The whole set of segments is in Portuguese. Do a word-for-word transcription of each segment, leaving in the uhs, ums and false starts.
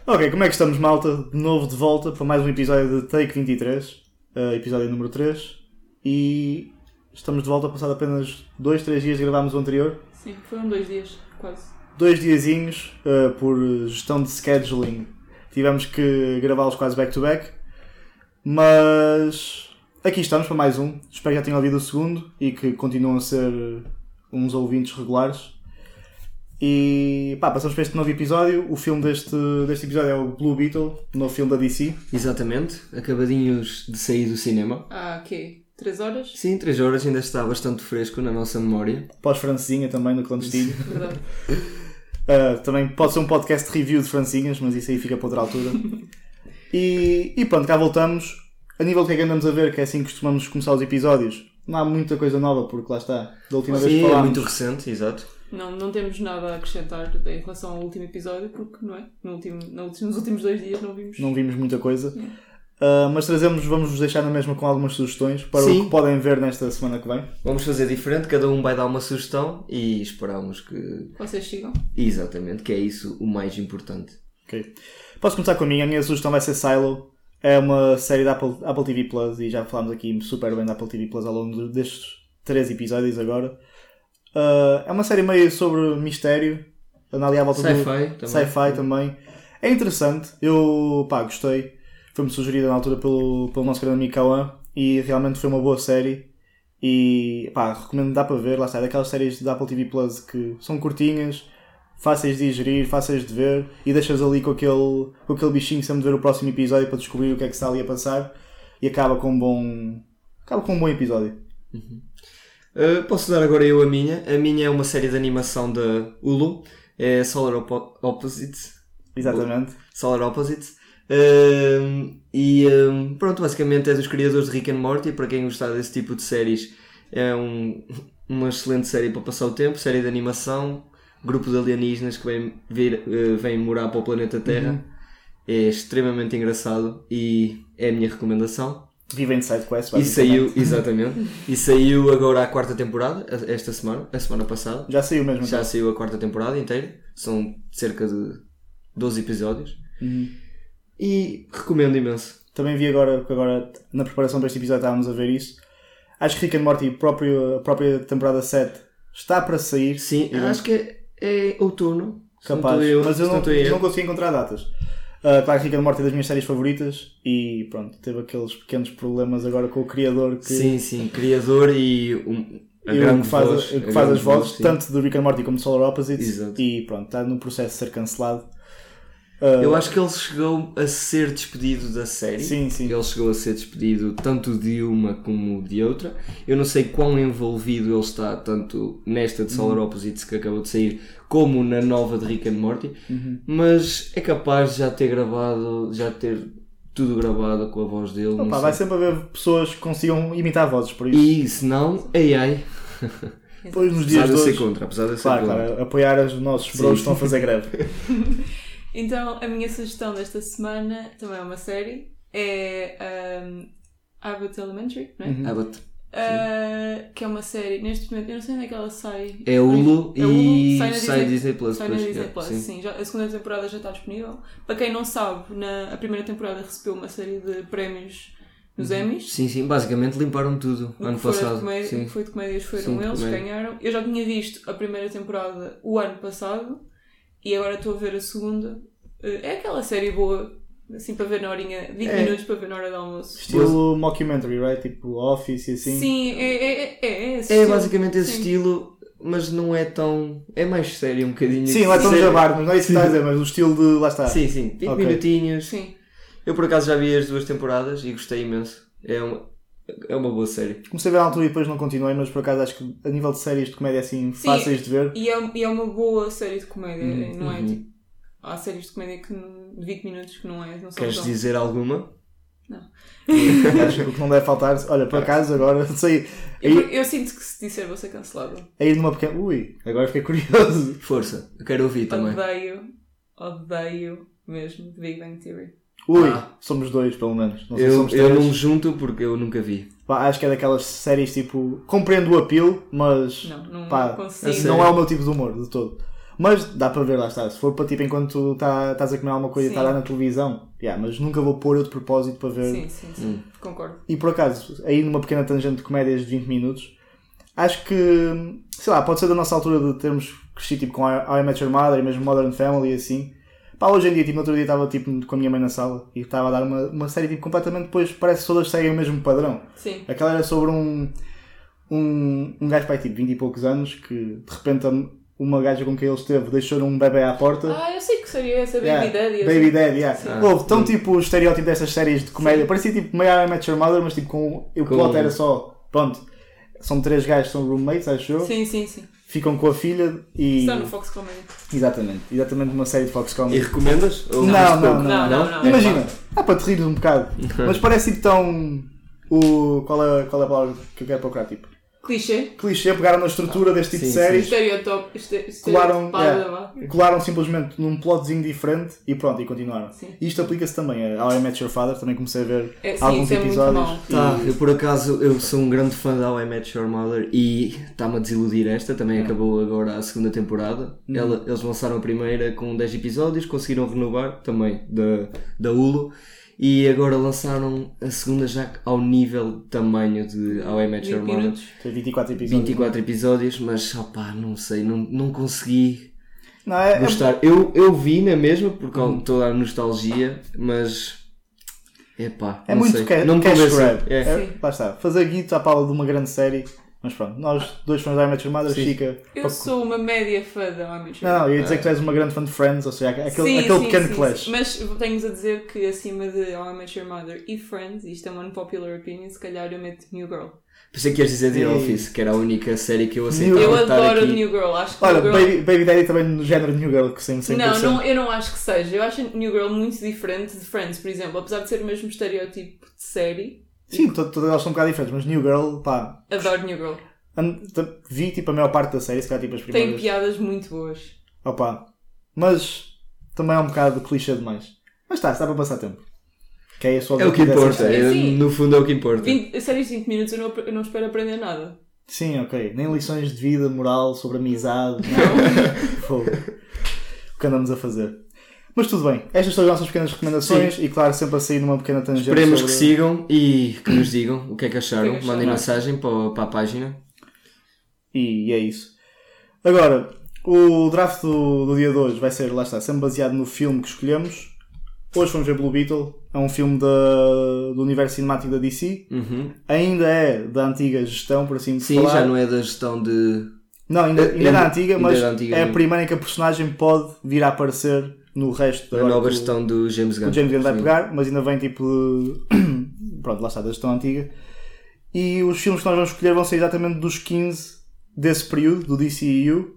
Ok, como é que estamos, malta? De novo de volta para mais um episódio de Take vinte e três, uh, episódio número três. E estamos de volta, passado apenas dois, três dias de gravarmos o anterior. Sim, foram dois dias, quase. Dois diazinhos, uh, por gestão de scheduling. Tivemos que gravá-los quase back-to-back. Mas aqui estamos para mais um. Espero que já tenham ouvido o segundo e que continuam a ser uns ouvintes regulares. E pá, passamos para este novo episódio. O filme deste, deste episódio é o Blue Beetle, o novo filme da D C. Exatamente, acabadinhos de sair do cinema. Ah, ok. Três horas? Sim, três horas, ainda está bastante fresco na nossa memória. Pós-francesinha também, no clandestino. Verdade. uh, também pode ser um podcast review de francinhas, mas isso aí fica para outra altura. e, e pronto, cá voltamos. A nível do que é que andamos a ver, que é assim que costumamos começar os episódios, não há muita coisa nova, porque lá está, da última Sim, vez que falámos. É muito recente, exato. Não, não temos nada a acrescentar em relação ao último episódio, porque não é? No último, nos últimos dois dias não vimos. Não vimos muita coisa. Uh, mas trazemos, vamos-vos deixar na mesma com algumas sugestões para Sim. o que podem ver nesta semana que vem. Vamos fazer diferente, cada um vai dar uma sugestão e esperamos que vocês sigam. Exatamente, que é isso o mais importante. Ok. Posso começar com a minha. A minha sugestão vai ser Silo. É uma série da Apple, Apple T V Plus e já falámos aqui super bem da Apple T V Plus ao longo destes três episódios agora. Uh, é uma série meio sobre mistério, anda ali à volta sci-fi do também. Sci-fi também. É interessante, eu pá, gostei. Foi-me sugerida na altura pelo, pelo nosso grande amigo Cauã e realmente foi uma boa série. E pá, recomendo, dá para ver, lá está, é daquelas séries da Apple T V Plus que são curtinhas, fáceis de digerir, fáceis de ver e deixas ali com aquele, com aquele bichinho sempre de ver o próximo episódio para descobrir o que é que está ali a passar e acaba com um bom, acaba com um bom episódio. Uhum. Uh, posso dar agora eu a minha. A minha é uma série de animação da Hulu, é Solar Op- Opposites. Exatamente. Solar Opposites. Uh, e um, pronto, basicamente é dos criadores de Rick and Morty. Para quem gostar desse tipo de séries, é um, uma excelente série para passar o tempo. Série de animação, grupo de alienígenas que vem, vir, uh, vem morar para o planeta Terra. Uhum. É extremamente engraçado e é a minha recomendação. Vivem de sidequest, e saiu, exatamente, e saiu agora a quarta temporada, esta semana, a semana passada. Já saiu mesmo. Já então. saiu a quarta temporada inteira, são cerca de doze episódios. Uhum. E recomendo imenso. Também vi agora, porque agora na preparação para este episódio estávamos a ver isso. Acho que Rick and Morty, próprio, a própria temporada sete, está para sair. Sim, acho que é, é outono. Capaz, eu, mas eu não, não consegui encontrar datas. Uh, claro que Rick and Morty é das minhas séries favoritas e pronto, teve aqueles pequenos problemas agora com o criador que... Sim, sim, criador e um, a e grande o que faz, voz, a, que faz as vozes, voz, tanto do Rick and Morty como do Solar Opposites. Exato. E pronto, está no processo de ser cancelado. Uh, eu acho que ele chegou a ser despedido da série. Sim, sim. Ele chegou a ser despedido tanto de uma como de outra. Eu não sei quão envolvido ele está tanto nesta de Solar uhum. Opposites que acabou de sair como na nova de Rick and Morty, uhum. mas é capaz de já ter gravado, já ter tudo gravado com a voz dele. Opa, não vai sempre haver pessoas que consigam imitar vozes, por isso. E se não, A I. Pois nos dias apesar de hoje, ser contra, apesar de ser claro, contra. Claro, apoiar os nossos bros que estão a fazer greve. Então, a minha sugestão desta semana também é uma série, é um, Abbott Elementary, não é? Uhum. Abbott. Uh, que é uma série, neste momento, eu não sei onde é que ela sai. É Hulu é Hulu, e sai na sai Disney, Disney Plus. sai na Disney é, Plus, sim. sim. Já, a segunda temporada já está disponível. Para quem não sabe, na, a primeira temporada recebeu uma série de prémios nos Emmys. Sim, sim, basicamente limparam tudo o ano foi passado. Comédia, sim. O que foi de comédias foram sim, eles que comédia. ganharam. Eu já tinha visto a primeira temporada o ano passado e agora estou a ver a segunda. É aquela série boa, assim para ver na horinha, vinte é. minutos para ver na hora do almoço. Estilo mockumentary, right? Tipo Office e assim. Sim, é, é, é, é esse É estilo. basicamente esse sim. estilo, mas não é tão... É mais sério um bocadinho. Sim, não é tão jabar, mas não é isso que está a dizer, mas o estilo de... Lá está. Sim, sim, vinte okay. minutinhos. Sim. Eu por acaso já vi as duas temporadas e gostei imenso. É uma, é uma boa série. Comecei a ver na altura e depois não continuei, mas por acaso acho que a nível de séries de comédia assim, sim, fáceis de ver. E é, e é uma boa série de comédia, uhum. não é uhum. tipo... Há séries de comédia que de vinte minutos que não é. Não Queres são dizer alguma? Não. Acho que o que não deve faltar. Olha, por acaso agora, não sei. Eu, eu sinto que se disser vou ser cancelado. A ir numa pequena. Ui, agora fiquei curioso. Força, eu quero ouvir também. Odeio, odeio mesmo The Big Bang Theory. Ui, ah. somos dois pelo menos. Não sei eu se somos eu três. não me junto porque eu nunca vi. Pá, acho que é daquelas séries tipo. Compreendo o apelo, mas. Não, não pá, consigo. não é o meu tipo de humor de todo. Mas dá para ver, lá está. Se for para tipo enquanto tá, estás a comer alguma coisa e está a dar na televisão, yeah, mas nunca vou pôr outro propósito para ver. Sim, sim, sim. Hum. Concordo. E por acaso, aí numa pequena tangente de comédias de vinte minutos, acho que, sei lá, pode ser da nossa altura de termos crescido tipo, com How I Met Your Mother e mesmo Modern Family e assim. Pá, hoje em dia, tipo, no outro dia estava tipo, com a minha mãe na sala e estava a dar uma, uma série tipo, completamente, depois parece que todas seguem o mesmo padrão. Sim. Aquela era sobre um, um, um gajo, pá, tipo, vinte e poucos anos, que de repente uma gaja com quem ele esteve deixou um bebê à porta. Ah, eu sei que seria essa Baby yeah, Daddy. Baby assim. Daddy, yeah. Ah, Houve tão tipo o estereótipo destas séries de comédia, sim. Parecia tipo meio How I Met Your Mother, mas tipo com o plot era só, pronto, são três gajos, são roommates, acho eu. Sim, sim, sim. Ficam com a filha e... Está no Fox Comedy. Exatamente, exatamente uma série de Fox Comedy. E recomendas? Ou não, não, não, não, não, não. Imagina, dá para te rir um bocado, mas parece tipo tão... O... Qual é, qual é a palavra que eu quero procurar, tipo? Clichê. Clichê, pegaram na estrutura deste tipo sim, de séries, estereotop, este, colaram, yeah, colaram simplesmente num plotzinho diferente e pronto, e continuaram. Sim. E isto aplica-se também a How I Met Your Father, também comecei a ver é, sim, alguns é episódios. Muito tá, eu por acaso eu sou um grande fã da How I Met Your Mother e está-me a desiludir esta, também é. Acabou agora a segunda temporada. Uhum. Ela, eles lançaram a primeira com dez episódios, conseguiram renovar também da, da Hulu. E agora lançaram a segunda já ao nível tamanho de How I Met Your Mother. Tem vinte e quatro episódios. vinte e quatro episódios, mas opá, não sei, não, não consegui não, é, gostar. É... Eu, eu vi na mesma, por causa de toda a nostalgia, mas epá, é não muito sei. Ca- não cash grab. É. É, lá está, fazer guito à pala de uma grande série. Mas pronto, nós dois fãs da How I Met Your Mother, Chica... Eu para... sou uma média fã da How I Met Your Mother. Não, eu ia dizer que tu és uma grande fã de Friends, ou seja, aquele, sim, aquele sim, pequeno sim, clash. Sim. Mas tenho-vos a dizer que acima de How I Met Your Mother e Friends, isto é uma unpopular opinion, se calhar eu meto New Girl. Pensei que ias dizer The Office, que era a única série que eu aceitava. Eu adoro aqui. New Girl, acho que Olha, New Girl... Baby, Baby Daddy também no género de New Girl, que sim, cem por cento. Não, não, eu não acho que seja. Eu acho New Girl muito diferente de Friends, por exemplo. Apesar de ser o mesmo estereótipo de série. Sim, todas elas são um bocado diferentes, mas New Girl, pá... Adoro New Girl. Vi tipo a maior parte da série, se calhar tipo as primeiras. Tem piadas muito boas. Opa, mas também é um bocado clichê demais. Mas tá, se dá para passar tempo. Que é, é o que importa, é, no fundo é o que importa. vinte, séries de vinte minutos eu não, eu não espero aprender nada. Sim, ok. Nem lições de vida, moral, sobre amizade. Não. O que andamos a fazer. Mas tudo bem, estas são as nossas pequenas recomendações. Sim. E claro, sempre a sair numa pequena tangente. Esperemos sobre... que sigam e que nos digam o que é que acharam. Que é que Mandem acharam? mensagem para, para a página. E é isso. Agora, o draft do, do dia de hoje vai ser, lá está, sempre baseado no filme que escolhemos. Hoje fomos ver Blue Beetle, é um filme da, do universo cinemático da D C. Uhum. Ainda é da antiga gestão, por assim Sim, falar. já não é da gestão de... Não, ainda, ainda é da antiga, ainda mas da antiga, é a não. primeira em que a personagem pode vir a aparecer no resto da nova gestão do James Gunn. O James Gunn vai Sim. pegar, mas ainda vem tipo de... Pronto, lá está, da gestão antiga. E os filmes que nós vamos escolher vão ser exatamente dos quinze desse período, do D C E U.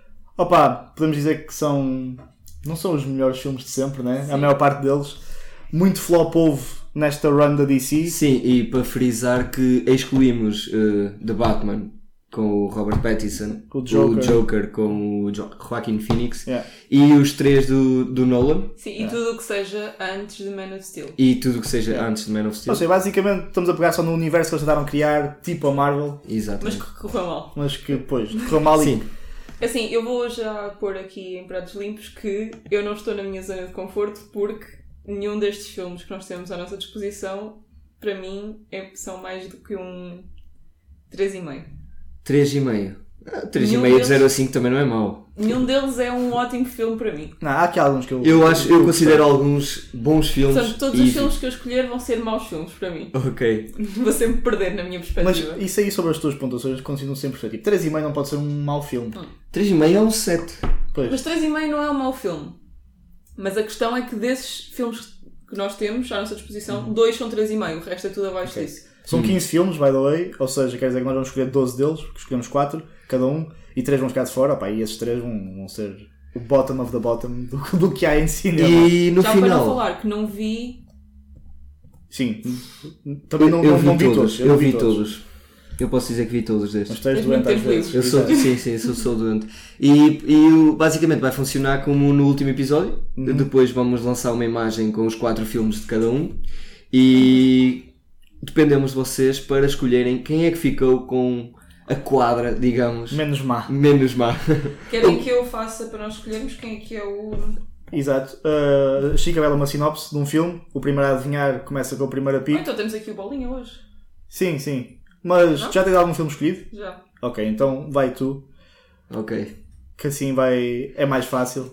Opa, podemos dizer que são... Não são os melhores filmes de sempre, né? Sim. A maior parte deles. Muito flop houve nesta run da D C. Sim, e para frisar que excluímos uh, The Batman com o Robert Pattinson, o Joker, o Joker com o jo- Joaquin Phoenix, yeah. E os três do, do Nolan. Sim, e yeah. tudo o que seja antes de Man of Steel. E tudo o que seja yeah. antes de Man of Steel. Ou seja, basicamente estamos a pegar só no universo que eles tentaram criar, tipo a Marvel. Exatamente. Mas que correu mal. Mas que depois correu mal e... Sim. Assim, eu vou já pôr aqui em pratos limpos que eu não estou na minha zona de conforto porque nenhum destes filmes que nós temos à nossa disposição, para mim, é, são mais do que um três vírgula cinco. três vírgula cinco. Ah, três vírgula cinco deles... de zero a cinco também não é mau. Nenhum deles é um ótimo filme para mim. Não, há aqui alguns que eu... Eu acho, eu considero alguns bons filmes. Portanto, todos e... os filmes que eu escolher vão ser maus filmes para mim. Ok. Vou sempre perder na minha perspectiva. Mas isso aí sobre as tuas pontuações continuam sempre a ser tipo três vírgula cinco não pode ser um mau filme. Hum. três vírgula cinco é um sete. Pois. Mas três vírgula cinco não é um mau filme. Mas a questão é que desses filmes que nós temos à nossa disposição, uhum. dois são três vírgula cinco, o resto é tudo abaixo okay. disso. São quinze filmes, by the way, ou seja, quer dizer que nós vamos escolher doze deles, porque escolhemos quatro, cada um, e três vão ficar de fora, opa, e esses três vão, vão ser o bottom of the bottom do, do que há em cinema. E no Já final... para não falar que não vi... Sim, também não, eu, eu não, vi não vi todos. todos. Eu, Eu vi vi todos. todos. Eu posso dizer que vi todos destes. Mas tu és Tens doente muito às tempo vezes. Eu sou, sim, sim, sou, sou doente. E, e o- basicamente vai funcionar como no último episódio. Uhum. Depois vamos lançar uma imagem com os quatro filmes de cada um. E dependemos de vocês para escolherem quem é que ficou com a quadra, digamos, Menos má. menos má. Querem que eu faça para nós escolhermos quem é que é o... Exato. Uh, Chica Bela, uma sinopse de um filme. O primeiro a adivinhar começa com o primeiro a Ah, pique. então temos aqui o Bolinha hoje. Sim, sim. Mas Não? já tens algum filme escolhido? Já. Ok, então vai tu. Ok. Que assim vai... é mais fácil.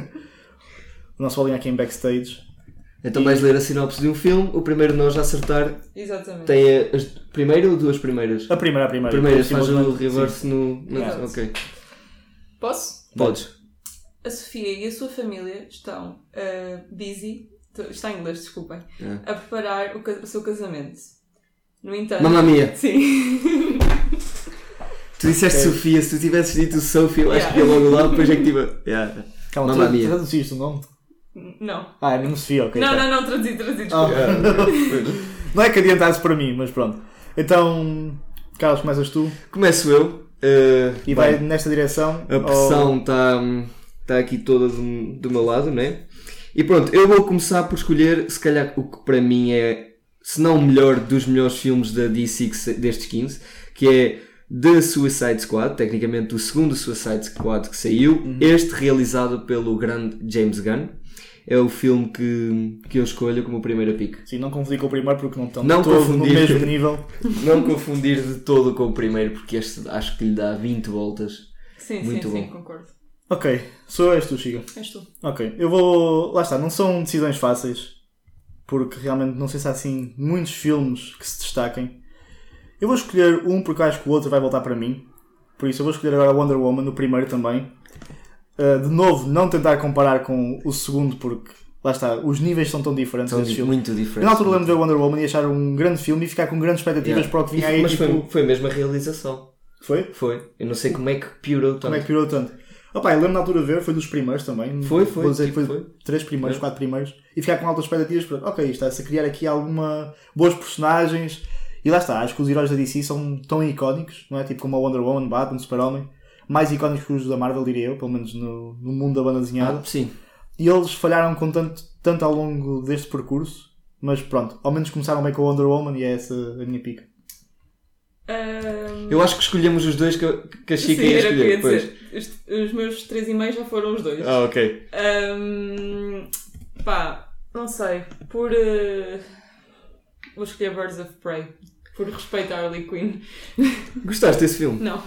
O nosso bolinho aqui em backstage. Então vais ler a sinopse de um filme, o primeiro de nós a acertar Exatamente. tem a, as primeira ou duas primeiras? A primeira, a primeira. Primeira, faz o Simplesmente- reverse no... no Exato. ok. Posso? Podes. A Sofia e a sua família estão uh, busy, está em inglês, desculpem, É. a preparar o, ca- o seu casamento. No entanto... Mamma mia! Sim. Tu disseste Ok. Sofia, se tu tivesses dito Sophie, eu acho Yeah. que ia logo lá, depois é que tive... Yeah. Calma, Mamma tu mia. traduziste o nome? Não. Ah, é mesmo Sofia, ok. não, tá. não, não, traduzi, traduzi, Ah. desculpa. Não é que adiantasse para mim, mas pronto. Então, Carlos, começas tu Começo eu. Uh, e vai nesta direção. A pressão está tá aqui toda do, do meu lado, não é? E pronto, eu vou começar por escolher, se calhar, o que para mim é, se não o melhor dos melhores filmes da D C que, destes quinze, que é The Suicide Squad, tecnicamente o segundo Suicide Squad que saiu, Uhum. este realizado pelo grande James Gunn. É o filme que, que eu escolho como o primeiro pick. Sim, não confundir com o primeiro porque não estão Não todos no confundir. mesmo nível. Não confundir de todo com o primeiro, porque este acho que lhe dá vinte voltas. Sim, Muito sim, bom. sim, concordo. Ok, sou és tu, Chica. És tu. Ok, eu vou... Lá está, não são decisões fáceis. Porque realmente não sei se há assim muitos filmes que se destaquem. Eu vou escolher um porque eu acho que o outro vai voltar para mim. Por isso eu vou escolher agora Wonder Woman, o primeiro também. Uh, de novo, não tentar comparar com o segundo porque, lá está, os níveis são tão diferentes São deste filme. muito Eu diferentes. na altura lembro de ver Wonder Woman e achar um grande filme e ficar com grandes expectativas Yeah. para o que vinha E- aí. Mas tipo... foi, foi mesmo a realização. Foi? Foi. Eu não sei como é que piorou tanto. Como é que virou tanto? Opa, eu lembro na altura de ver, foi dos primeiros também. Foi, foi, Vou dizer que tipo, foi, foi. três primeiros, É. quatro primeiros. E ficar com altas expectativas para, ok, está-se a criar aqui alguma boas personagens. E lá está, acho que os heróis da D C são tão icónicos, não é? Tipo como a Wonder Woman, Batman, Super-Homem. Mais icónicos que os da Marvel, diria eu, pelo menos no, no mundo da banda desenhada. Ah, sim. E eles falharam com tanto, tanto ao longo deste percurso. Mas pronto, ao menos começaram bem com a Wonder Woman e é essa a minha pica. Ahm, Eu acho que escolhemos os dois que, a- que a Chica Sim, ia era o que eu ia escolher. dizer. Os, os meus três e meio já foram os dois. Ah, ok. Ahm, pá, não sei. Por. eh, vou escolher Birds of Prey. Por respeito à Harley Quinn. Gostaste desse filme? Não.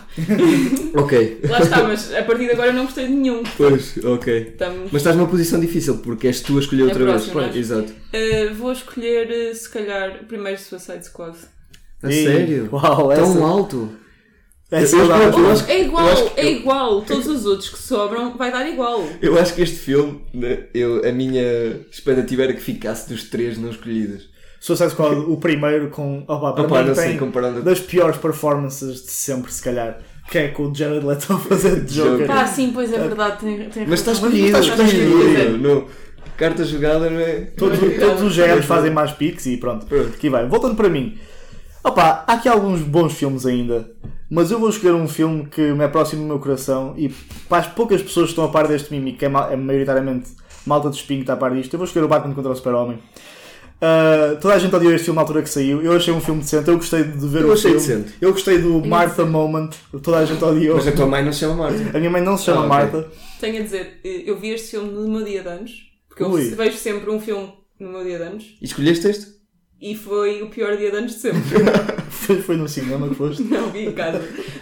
Ok. Lá está, mas a partir de agora eu não gostei de nenhum. Pois, ok. Estamos... Mas estás numa posição difícil porque és tu a escolher É outra vez. próximo, não é? Pois, exato. Eh, vou escolher, eh, se calhar, o primeiro Suicide Squad. A E- sério? Uau, essa, Tão alto? essa Eu- eu dava- eu- eu acho- É igual, eu acho que é eu- igual. Todos os outros que sobram vai dar igual. Eu acho que este filme, né, eu, a minha expectativa era que ficasse dos três não escolhidos. Suicide Squad, o primeiro com... Opa, para Opa, mim não sei, tem comparando... das piores performances de sempre, se calhar. Que é com o Jared Leto a fazer de Joker. Joker. Ah, sim, pois é verdade. Tem, tem Mas está razão. escolhido, Mas está está escolhido. escolhido. Não. Carta jogada, não é? Todos, todos os géneros fazem mais piques e pronto. Pronto. Aqui vai. Voltando para mim. Opa, há aqui alguns bons filmes ainda. Mas eu vou escolher um filme que me é próximo do meu coração e para as poucas pessoas que estão a par deste mimo, que é, ma- é maioritariamente malta de espinho que está a par disto, eu vou escolher o Batman contra o Super-Homem. Uh, toda a gente odiou este filme na altura que saiu. Eu achei um filme decente, eu gostei de ver Eu o achei filme. decente. Eu gostei do Martha Moment. Toda a gente odiou. Mas a tua mãe não se chama Marta. A minha mãe não se chama Ah, ok. Martha. Tenho a dizer, eh, eu vi este filme no meu dia de anos. Porque eu Ui. vejo sempre um filme no meu dia de anos. E escolheste este? E foi o pior dia de anos de sempre. Foi, foi no cinema que foste. Não, vi em casa.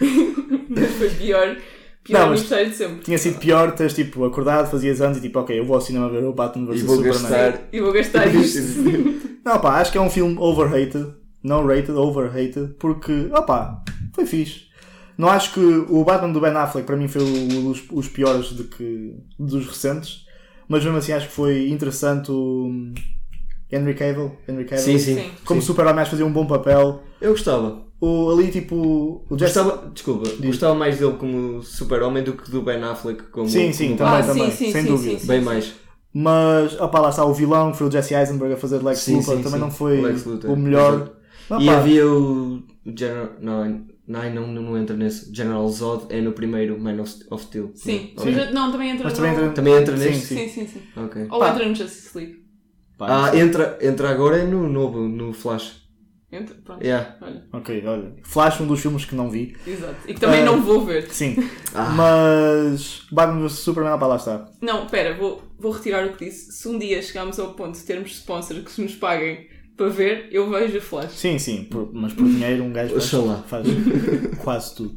Mas foi pior. Pior Não, mas- aniversário de sempre. Tinha sido pior, teres tipo acordado, fazias anos e tipo, ok, eu vou ao cinema ver o Batman E versus vou Superman. gastar... E vou gastar isto. Não, pá, acho que é um filme overrated. Não rated, overrated. Porque, opá, foi fixe. Não acho que o Batman do Ben Affleck para mim foi um dos os piores de que, dos recentes. Mas mesmo assim acho que foi interessante o Henry Cavill. Henry Cavill. Sim, sim. Sim. Como Sim. Super-Homem acho que fazia um bom papel. Eu gostava. O, ali tipo... O Jesse... Gostava, desculpa, gostava mais dele como Super-Homem do que do Ben Affleck como... Sim, sim, como também, Ah, também. sim, sim, sem sim, dúvida. sim, Bem sim. mais. Mas, opá, lá está o vilão, que foi o Jesse Eisenberg a fazer de Lex Sim, Luthor. sim, Também sim. não foi O Lex Luthor, o melhor. exato. Opá, E havia o o General... Não, não, não, não entra nesse. General Zod é no primeiro Man of of Steel. Sim. Ok. Mas, não, também entra Mas no... também entra- Também entra Sim, neste? sim. Sim, sim, sim. Ok. Ou Pá. entra no Justice League. pá, Ah, entra, entra agora é no novo, no Flash. Entra, pronto. Yeah. Olha. Ok, olha. Flash, um dos filmes que não vi. Exato. E que também Ah. não vou ver. Sim. Ah. Mas Batman versus Superman, pá, lá está. Não, pera, vou, vou retirar o que disse. Se um dia chegarmos ao ponto de termos sponsors que nos paguem para ver, eu vejo a Flash. Sim, sim, por- mas por dinheiro um gajo faz, Oxalá. faz quase tudo.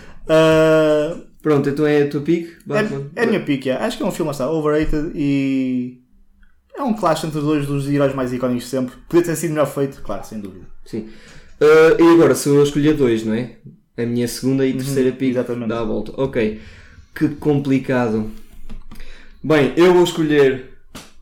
Ah, Pronto, então é a tua pick, Batman? é, é a minha pick, yeah. Acho que é um filme, lá está, overrated e é um clash entre dois dos heróis mais icónicos de sempre. Podia ter sido melhor feito, claro, sem dúvida. Sim. Ah, e agora, se eu escolher dois, não é? A minha segunda e terceira pick exatamente. dá a volta. Ok. Que complicado. Bem, eu vou escolher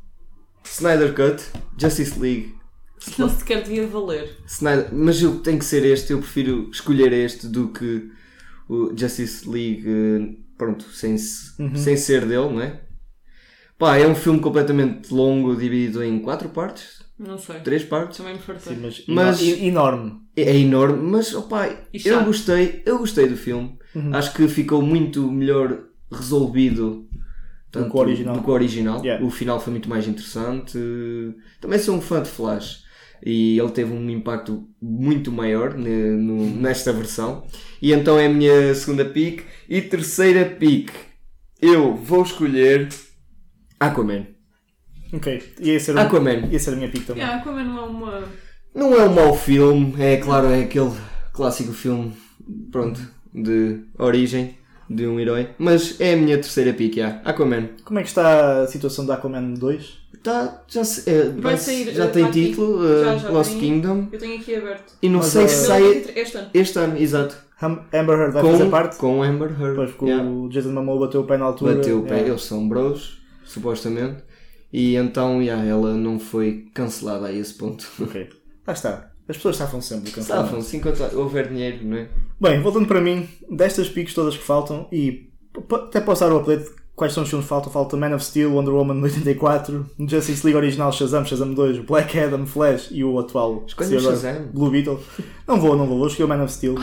Snyder Cut, Justice League. Não sequer devia valer. Snyder, mas eu tenho que ser este, eu prefiro escolher este do que o Justice League, eh, pronto, sem, se- Uhum. sem ser dele, não é? Pá, é um filme completamente longo, dividido em quatro partes, Não sei. três partes. Também me fartei. Sim, mas, Mas- eno- enorme. É, é enorme, mas opá, E eu chato. gostei, eu gostei do filme. Uhum. Acho que ficou muito melhor resolvido Do que o original. do que o original. Yeah. O final foi muito mais interessante. Também sou um fã de Flash e ele teve um impacto muito maior ne- no- nesta versão. E então é a minha segunda pick. E terceira pick, eu vou escolher Aquaman. Ok, ia ser, um, Aquaman. ia ser a minha pick também. Yeah, como não é uma. Não é um mau filme, é claro, é aquele clássico filme, pronto, de origem de um herói, mas é a minha terceira pick, yeah. Aquaman. Como é que está a situação do Aquaman dois? Tá, já, se- é, Vai vai- sair, já eh, tem tá aqui. título, uh, Já, já Lost tem. Kingdom, Eu tenho aqui aberto. e não Mas, sei uh, se sai Este ano. este ano, exato, Am- Amber Heard vai fazer com, parte? com Amber Heard. Pois, porque Yeah. o Jason Momoa bateu o pé na altura. Bateu o pé, Yeah. eles são bros, supostamente, e então yeah, ela não foi cancelada a esse ponto. Ok, lá está. As pessoas safam sempre do cancelamento. Safam-se enquanto houver dinheiro, não é? Bem, voltando para mim, destas piques todas que faltam, e p- até posso dar o update de quais são os filmes que faltam. Falta Man of Steel, Wonder Woman de oitenta e quatro, Justice League original, Shazam, Shazam dois, Black Adam, Flash e o atual Escolhe que o se agora- Shazam. Blue Beetle. Não vou, não vou, vou escolher o Man of Steel.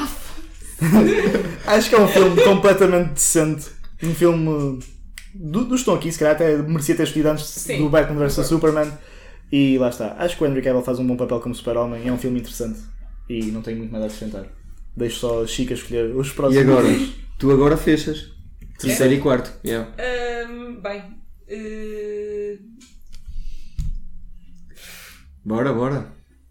Acho que é um filme completamente decente. Um filme do, dos que estão aqui, se calhar até merecia ter escolhido antes Sim. do Batman versus Superman. E lá está. Acho que o Henry Cavill faz um bom papel como super-homem e é um filme interessante. E não tenho muito nada a acrescentar. Deixo só a Chica escolher os E próximos. agora? Tu agora fechas. Terceiro e quarto. Yeah. Ahm, bem. eh, Bora, bora.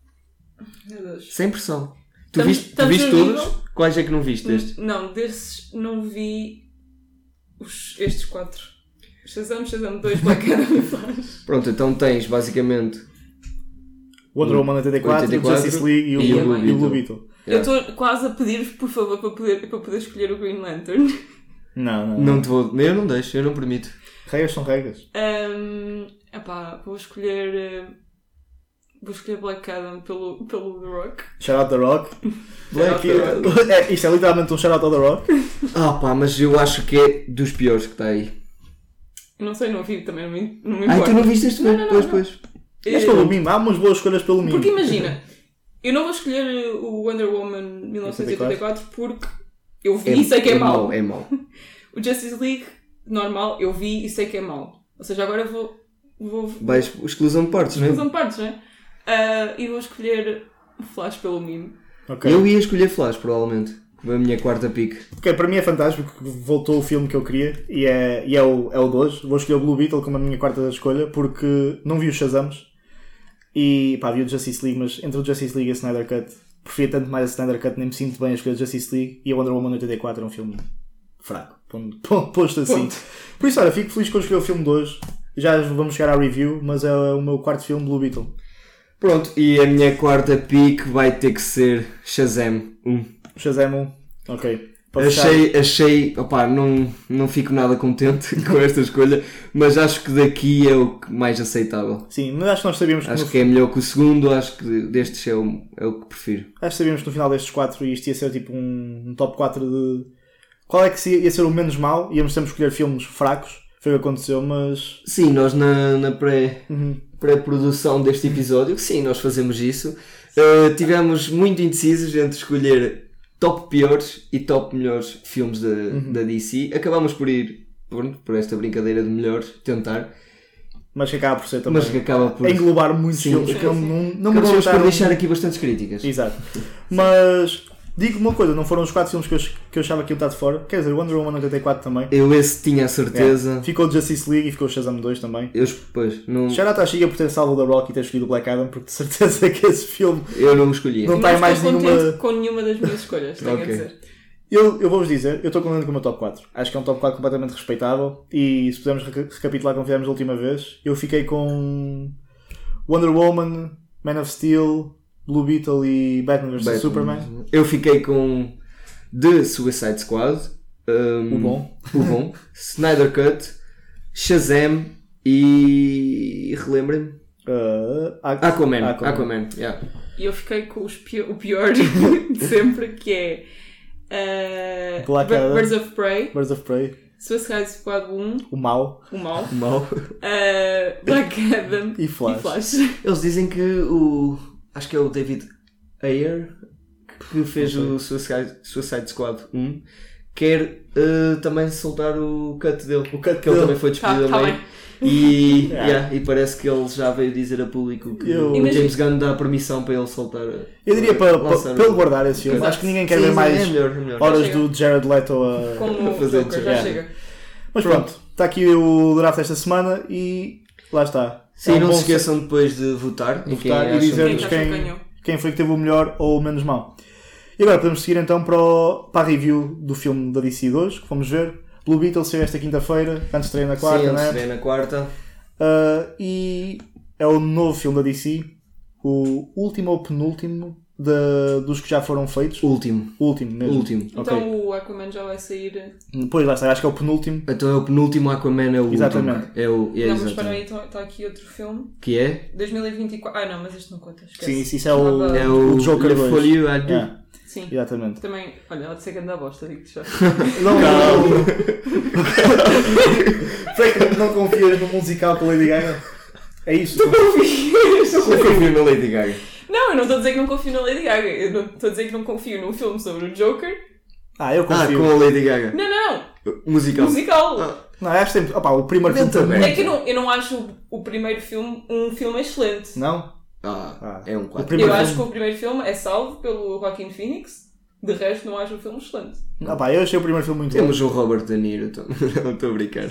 Meu Deus. Sem pressão. Tu Estamos- viste, tu estamos viste no todos? nível? Quais é que não viste este? Não, desses não vi os, estes quatro. Shazam, Shazam dois, Black Adam e Flash. Pronto, então tens basicamente. Wonder Woman oitenta e quatro, oitenta e quatro Justice League e o, e o Blue e o Blue Beetle. Beetle. Eu Yeah. estou quase a pedir-vos, por favor, para poder, para poder escolher o Green Lantern. Não, não. Não te vou. Eu não deixo, eu não permito. Regras são regras. Um, epá, vou escolher. eh, Vou escolher Black Adam pelo, pelo The Rock. Shout out The Rock. Shout out Black- é, isto é literalmente um shout out ao The Rock. Ah pá, mas eu acho que é dos piores que está aí. Eu não sei, não vi também, não me, não me Ai, importa. tu não viste este Não, filme? não, não, Pois, não. pois. Mas Eh, pelo mimo, há umas boas escolhas pelo mimo. Porque imagina, eu não vou escolher o Wonder Woman mil novecentos e oitenta e quatro porque eu vi e sei que é, mau. É mau. O Justice League, normal, eu vi e sei que é mau. Ou seja, agora eu vou. vou Vais exclusão de partes, não é? Exclusão de partes, não é? Ah, e vou escolher o Flash pelo mime. Ok. Eu ia escolher Flash, provavelmente. A minha quarta pick. Ok, para mim é fantástico porque voltou o filme que eu queria e é, e é, o, é o de hoje. Vou escolher o Blue Beetle como a minha quarta escolha porque não vi os Shazams e pá, vi o Justice League, mas entre o Justice League e a Snyder Cut preferia tanto mais a Snyder Cut, nem me sinto bem a escolher Justice League, e a Wonder Woman oitenta e quatro é um filme fraco, pondo- posto assim. Ponto. Por isso, olha, fico feliz que eu escolhi o filme de hoje. Já vamos chegar à review, mas é o meu quarto filme, Blue Beetle. Pronto, e a minha quarta pick vai ter que ser Shazam um. O Shazam um, ok. Para fechar- Achei, achei, opá, não, não fico nada contente com esta escolha, mas acho que daqui é o que mais aceitável. Sim, mas acho que nós sabíamos que, Acho no, que é melhor que o segundo, acho que destes é o, é o que prefiro. acho que sabíamos que no final destes quatro isto ia ser tipo um, um top quatro de qual é que se- ia ser o menos mau. Íamos sempre escolher filmes fracos, foi o que aconteceu, mas Sim, nós na, na pré, uhum. pré-produção deste episódio, sim, nós fazemos isso, uh, tivemos muito indecisos entre escolher top piores e top melhores filmes da, da D C. Acabámos por ir por, por esta brincadeira de melhores, tentar. mas que acaba por ser também Mas que acaba por... englobar muitos Sim, filmes sim, que não, sim. não, não Acabamos mereciam por estar deixar num- aqui bastantes críticas. Exato. Mas digo uma coisa, não foram os quatro filmes que eu, que eu achava que iam estar de fora. Quer dizer, Wonder Woman oitenta e quatro também. Eu esse tinha a certeza. Yeah. Ficou Justice League e ficou Shazam dois também. Eu, pois, não, Já está a Chiga por ter salvo o The Rock e ter escolhido o Black Adam, porque de certeza que esse filme eu não o escolhi. Não- está em mais estou nenhuma- contente com nenhuma das minhas escolhas, tenho Ok. a dizer. Eu, eu vou-vos dizer, eu estou contente com o meu top quatro. Acho que é um top quatro completamente respeitável. E se pudermos reca- recapitular como fizemos a última vez, eu fiquei com Wonder Woman, Man of Steel, Blue Beetle e Batman versus. Batman. Superman. Eu fiquei com The Suicide Squad. um, O bom. O bom. Snyder Cut. Shazam. E... relembrem-me. Uh, Aqu- Aquaman. Aquaman. Aquaman. Yeah. E eu fiquei com os pi- o pior de sempre, que é uh, Black Bir- Adam. Birds of Prey, Birds of Prey, Suicide Squad um, o mau o mau, Mal. uh, Black Adam e Flash. Eles dizem que o... acho que é o David Ayer que fez o Suicide, Suicide Squad um. Quer uh, também soltar o cut dele. O cut que ele dele. também foi despedido Tá- tá a meio. bem. E, Yeah. yeah, e parece que ele já veio dizer a público que Eu- o Imagina- James Gunn dá permissão para ele soltar. Eu diria para, para, lançar para ele o- guardar esse filme. Exato. Acho que ninguém quer Sim, ver sim, mais é melhor, é melhor. horas Já chega. do Jared Leto a. como o fazer Joker, já yeah. chega. Mas pronto, está aqui o draft desta semana e lá está. Sim, É um não bom se esqueçam depois de votar em de quem votar e acham dizer-nos Quem que- acham que quem, ganhou. quem foi que teve o melhor ou o menos mau. E agora podemos seguir então para, o- para a review do filme da D C de hoje, que vamos ver. Blue Beetle saiu esta quinta-feira, antes de estreia na quarta, Sim, né? antes de ver na quarta. Uh, e é o novo filme da D C, o último ou penúltimo de, dos que já foram feitos. Último. O último mesmo. Último. Então Ok. o Aquaman já vai sair. Depois lá está, acho que é o penúltimo. Então é o penúltimo Aquaman, é o Exatamente. último. É o, é não, mas espera aí, exatamente. está aqui outro filme. Que é? dois mil e vinte e quatro. Ah, não, mas este não conta. Esquece. Sim, isso, isso é o, Estava- É o, o Joker Le dois. Folie à deux. Yeah, Sim. exatamente. Também, olha, há de ser grande a bosta, digo-te já. Não, não. Foi que não confias no musical com a Lady Gaga? É isso? Eu confio na Lady Gaga. Não, eu não estou a dizer que não confio na Lady Gaga. Eu não estou a dizer que não confio num filme sobre o Joker. Ah, eu Ah, confio. com a Lady Gaga. Não, não, Musical. musical. Ah. Não, acho que tem. Opa, o primeiro filme Vento foi aberto. É que eu não, eu não acho o, o primeiro filme um filme excelente. Não? Ah, Ah. é um O quatro. primeiro Eu filme- acho que o primeiro filme é salvo pelo Joaquin Phoenix. De resto, não acho o filme excelente. Opa, eu achei o primeiro filme muito bom. Temos o Robert De Niro. Então... não estou a brincar.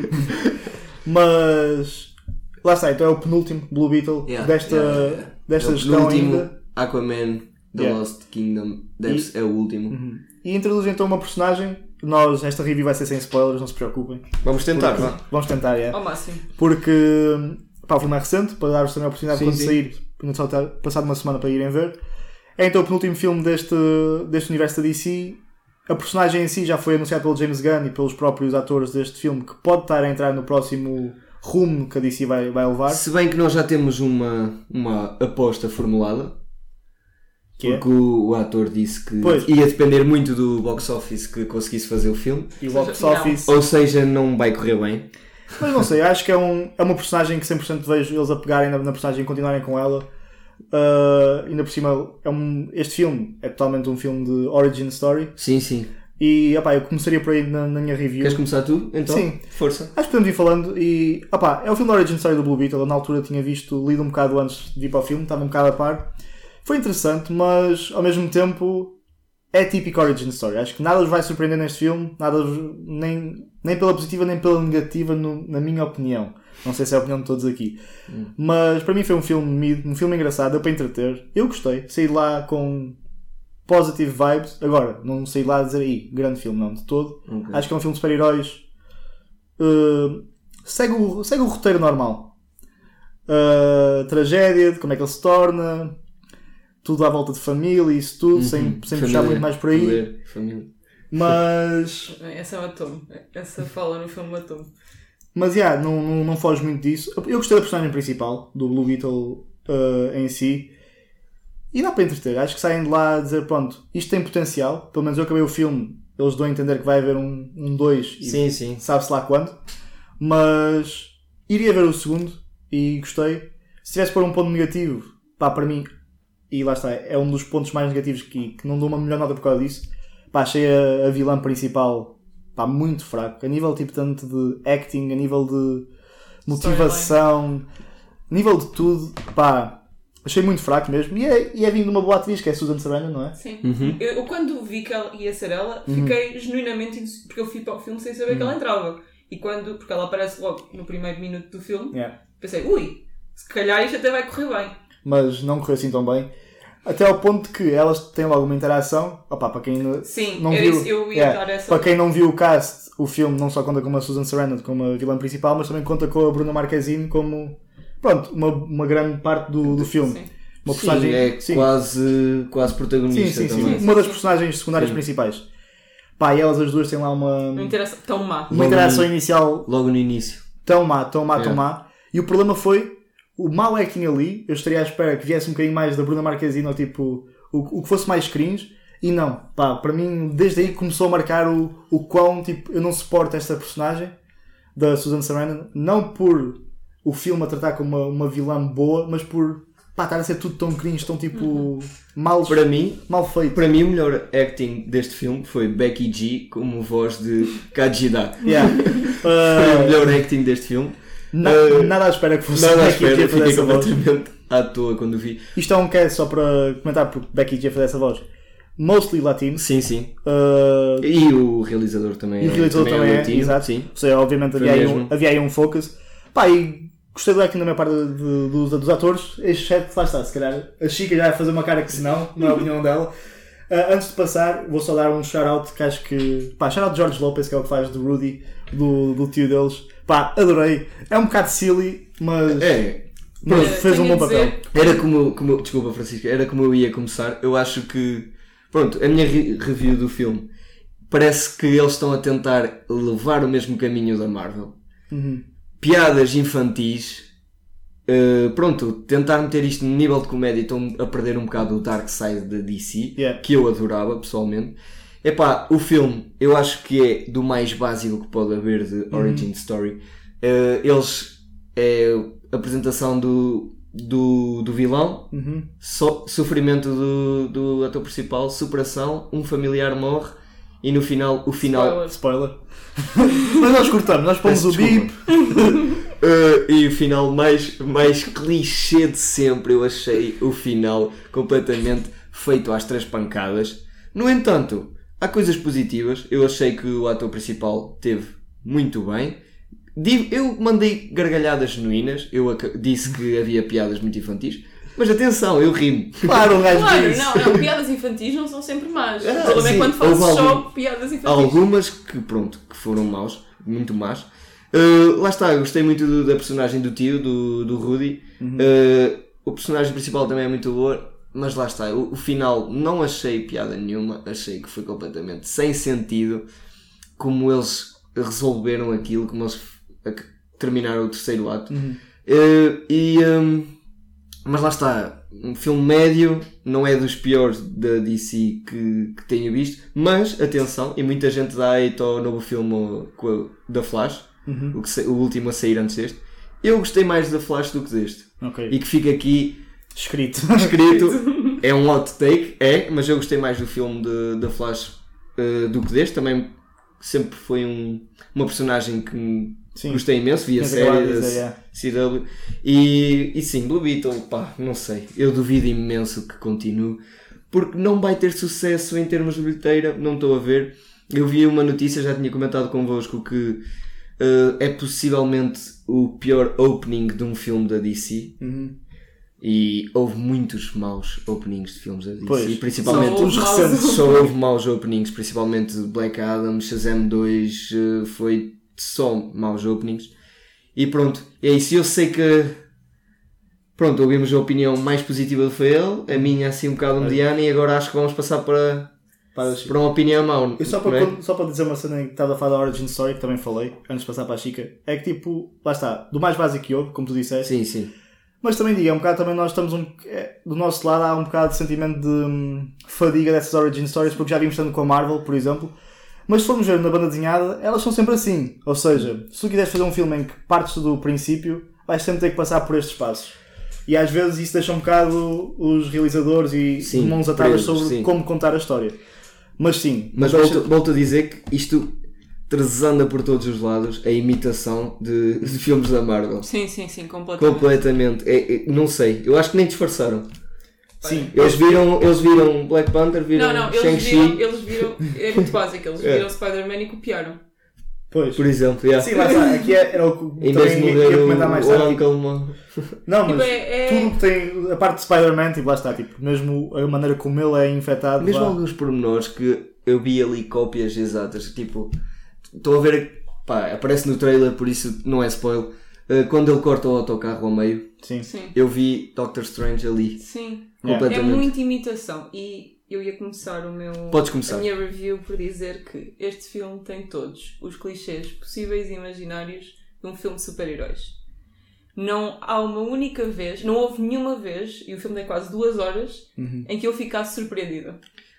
Mas. Lá está, então é o penúltimo Blue Beetle Yeah, desta, yeah, yeah, yeah. desta É o gestão penúltimo ainda. Aquaman The Yeah. Lost Kingdom. Deve ser- é o último. E introduz então uma personagem. Nós, esta review vai ser sem spoilers, não se preocupem. Vamos tentar, Porque- vá. Vamos tentar, é. Ao máximo. Porque pá, o filme é recente, para dar-vos também a oportunidade Sim, quando sim. sair, ainda só ter passado uma semana para irem ver. É então o penúltimo filme deste, deste universo da D C. A personagem em si já foi anunciada pelo James Gunn e pelos próprios atores deste filme, que pode estar a entrar no próximo rumo que a D C vai, vai levar. Se bem que nós já temos uma, uma aposta formulada. Que é? Porque o, o ator disse que Pois. ia depender muito do box office que conseguisse fazer o filme. E o box Não. office. Ou seja, não vai correr bem. Mas não sei, acho que é, um, é uma personagem que cem por cento vejo eles a pegarem na, na personagem e continuarem com ela. Uh, ainda por cima, é um, este filme é totalmente um filme de origin story. Sim, sim. E opá, eu começaria por aí na, na minha review. Queres começar tu? Então, Sim. força. Acho que podemos ir falando e opá, é o filme da origin story do Blue Beetle. Eu na altura tinha visto, lido um bocado antes de ir para o filme, estava um bocado a par. Foi interessante, mas ao mesmo tempo é típico origin story. Acho que nada vos vai surpreender neste filme, nada vos- nem, nem pela positiva nem pela negativa, no- na minha opinião. Não sei se é a opinião de todos aqui. Hum. Mas para mim foi um filme mid, um filme engraçado, deu para entreter. Eu gostei, saí de lá com positive vibes. Agora, não saí de lá a dizer aí, grande filme, não, de todo. Ok. Acho que é um filme de super-heróis. Uh, segue, o, segue o roteiro normal. Uh, tragédia, de como é que ele se torna, tudo à volta de família, isso tudo, sem, Uhum. sem Família, puxar muito mais por aí. poder, família. Mas, Essa matou-me. Essa fala no filme matou-me. mas yeah, não, não, não foge muito disso. Eu gostei da personagem principal, do Blue Beetle uh, em si. E dá para entreter. Acho que saem de lá a dizer, pronto, isto tem potencial. Pelo menos eu acabei o filme, eles dão a entender que vai haver um dois um e Sim, sim. sabe-se lá quando. Mas iria ver o segundo e gostei. Se tivesse por um ponto negativo, pá, para mim, e lá está, é um dos pontos mais negativos que, que não dou uma melhor nota por causa disso. Pá, achei a, a vilã principal, pá, muito fraco. A nível tipo tanto de acting, a nível de motivação, nível de tudo, pá, achei muito fraco mesmo. E é, e é vindo de uma boa atriz, que é a Susan Sarandon, não é? Sim. Uhum. Eu, eu quando vi que ela ia ser ela, Uhum. fiquei genuinamente indeciso, porque eu fui para o filme sem saber Uhum. que ela entrava. E quando, porque ela aparece logo no primeiro minuto do filme, Yeah. pensei, ui, se calhar isto até vai correr bem. Mas não correu assim tão bem. Até ao ponto que elas têm logo uma interação. Opa, para quem não, Sim, não era viu, isso, eu ia yeah, dar essa. para quem não viu o cast, o filme não só conta com a Susan Sarandon como a vilã principal, mas também conta com a Bruna Marquezine como, pronto, uma, uma grande parte do, do filme. Sim. Uma Sim, personagem, é sim. quase, quase Sim, protagonista sim, sim, também. uma das personagens secundárias Sim. principais. Pá, e elas as duas têm lá uma, Uma interação tão má. uma Logo interação no- inicial Logo no início. tão má, tão má, tão É. má. E o problema foi o mau acting ali. Eu estaria à espera que viesse um bocadinho mais da Bruna Marquezine, ou tipo, o, o que fosse mais cringe. E não, pá, para mim, desde aí começou a marcar o, o quão, tipo, eu não suporto esta personagem da Susan Sarandon. Não por o filme a tratar como uma, uma vilã boa, mas por, pá, estar a ser tudo tão cringe, tão tipo, mal, Para mim, mal feito. para mim, o melhor acting deste filme foi Becky G como voz de Kajida. Yeah. Foi o Uh, melhor acting deste filme. na- Uh, nada à espera que fosse Nada à Becky G espera, a fazer fiquei essa voz. completamente à toa quando vi. Isto é um cast só para comentar, porque Becky G a fazer essa voz. Mostly latino. Sim, sim. Uh, E o realizador também e o realizador também, é, latino, exato. sim. Ou seja, obviamente Foi havia aí, um, mesmo. havia aí um focus. Pá, e gostei do acting da minha parte de, de- dos, dos atores, exceto, lá está, se calhar a Chica já vai fazer uma cara que se não, não é a opinião dela. Uh, antes de passar, vou só dar um shout-out que acho que... Pá, shout-out de George Lopez, que é o que faz do Rudy, do, do tio deles. Pá, adorei. É um bocado silly, mas, É. mas Eh, fez um tenho bom a dizer- papel. Era como, eu- como eu- desculpa Francisco, era como eu ia começar. Eu acho que, pronto, a minha re- review do filme parece que eles estão a tentar levar o mesmo caminho da Marvel. Uhum. Piadas infantis, uh, pronto, tentar meter isto no nível de comédia e estão a perder um bocado o dark side da D C, Yeah. que eu adorava pessoalmente. Epá, o filme eu acho que é do mais básico que pode haver de origin story. Uh, eles é a apresentação do, do, do vilão, Uhum. so, sofrimento do, do ator principal, superação, um familiar morre e no final o final Spoiler. Spoiler. Mas nós cortamos, nós pomos Peço o bip. Uh, e o final mais, mais clichê de sempre. Eu achei o final completamente feito às três pancadas. No entanto, há coisas positivas. Eu achei que o ator principal teve muito bem. Di- Eu mandei gargalhadas genuínas. Eu ac- disse que havia piadas muito infantis. Mas atenção, eu ri-me. Claro, um gajo Claro, disse. não, não, piadas infantis não são sempre más. Ah, O problema é sim, quando fazes houve só algum- piadas infantis. Algumas que, pronto, que foram maus, muito más. Uh, lá está, eu gostei muito do- da personagem do tio, do, do Rudy. Uh, o personagem principal também é muito boa, mas lá está, o, o final não achei piada nenhuma, achei que foi completamente sem sentido como eles resolveram aquilo, como eles ac- terminaram o terceiro ato. Uhum. Uh, e, um, mas lá está, um filme médio, não é dos piores da D C que, que tenho visto, mas atenção, e muita gente dá hate ao novo filme com a- da Flash, Uhum. o, que sa- o último a sair antes deste. Eu gostei mais da Flash do que deste. Ok. E que fica aqui Escrito. escrito, é um hot take, é, mas eu gostei mais do filme de, da Flash uh, do que deste. Também sempre foi um, uma personagem que Sim. gostei imenso, vi a Tinhas acabado série de da dizer, yeah. C W. E, e sim, Blue Beetle, pá, não sei. Eu duvido imenso que continue, porque não vai ter sucesso em termos de bilheteira, não estou a ver. Eu vi uma notícia, já tinha comentado convosco, que uh, é possivelmente o pior opening de um filme da D C. Uhum. E houve muitos maus openings de filmes da D C. Pois, E principalmente só os houve recentes. maus. só houve maus openings, principalmente Black Adam, Shazam dois, eh, foi só maus openings. E pronto, é isso. Eu sei que, pronto, ouvimos a opinião mais positiva do Fael, a minha assim um bocado mediana, e agora acho que vamos passar para, Para para uma opinião mau. Eu só não para, é? só para dizer uma cena que estava a falar da Origin Story, que também falei, antes de passar para a Chica, é que tipo, lá está, do mais básico que houve, como tu disseste, Sim, sim. mas também digo, é um bocado também nós estamos um, é, do nosso lado há um bocado de sentimento de hum, fadiga dessas Origin Stories, porque já vimos tanto com a Marvel, por exemplo, mas se formos ver na banda desenhada, elas são sempre assim, ou seja, se tu quiseres fazer um filme em que partes do princípio, vais sempre ter que passar por estes passos. E às vezes isso deixa um bocado os realizadores e Sim, de mãos atadas presos, sobre sim. como contar a história. Mas sim, Mas não deixa- volto, volto a dizer que isto transanda por todos os lados a imitação de, de filmes da Marvel. Sim, sim, sim, completamente. Completamente. É, é, não sei, eu acho que nem disfarçaram. Sim. Eles viram, eles viram Black Panther, viram Não, não, eles Shang-Chi. viram, eles viram, é muito básico, eles É. viram Spider-Man e copiaram. Pois. Por exemplo, yeah. Sim, lá está. Aqui é- era o que Em vez de também ia morrer comentar mais o, tarde. o tipo, Uncle Mo. Não, Tipo, mas é- é- tudo que tem. A parte de Spider-Man, tipo, lá está. Tipo, mesmo a maneira como ele é infectado. Mesmo vá. alguns pormenores que eu vi ali cópias exatas. Tipo, estou a ver. Pá, aparece no trailer, por isso não é spoiler. Uh, quando ele corta o autocarro ao meio, Sim. Sim, eu vi Doctor Strange ali. sim. Yeah. É Completamente. muita imitação. E eu ia começar o meu, Podes começar. a minha review por dizer que este filme tem todos os clichês possíveis e imaginários de um filme de super-heróis. Não há uma única vez, não houve nenhuma vez, e o filme tem quase duas horas, Uhum. em que eu ficasse surpreendida.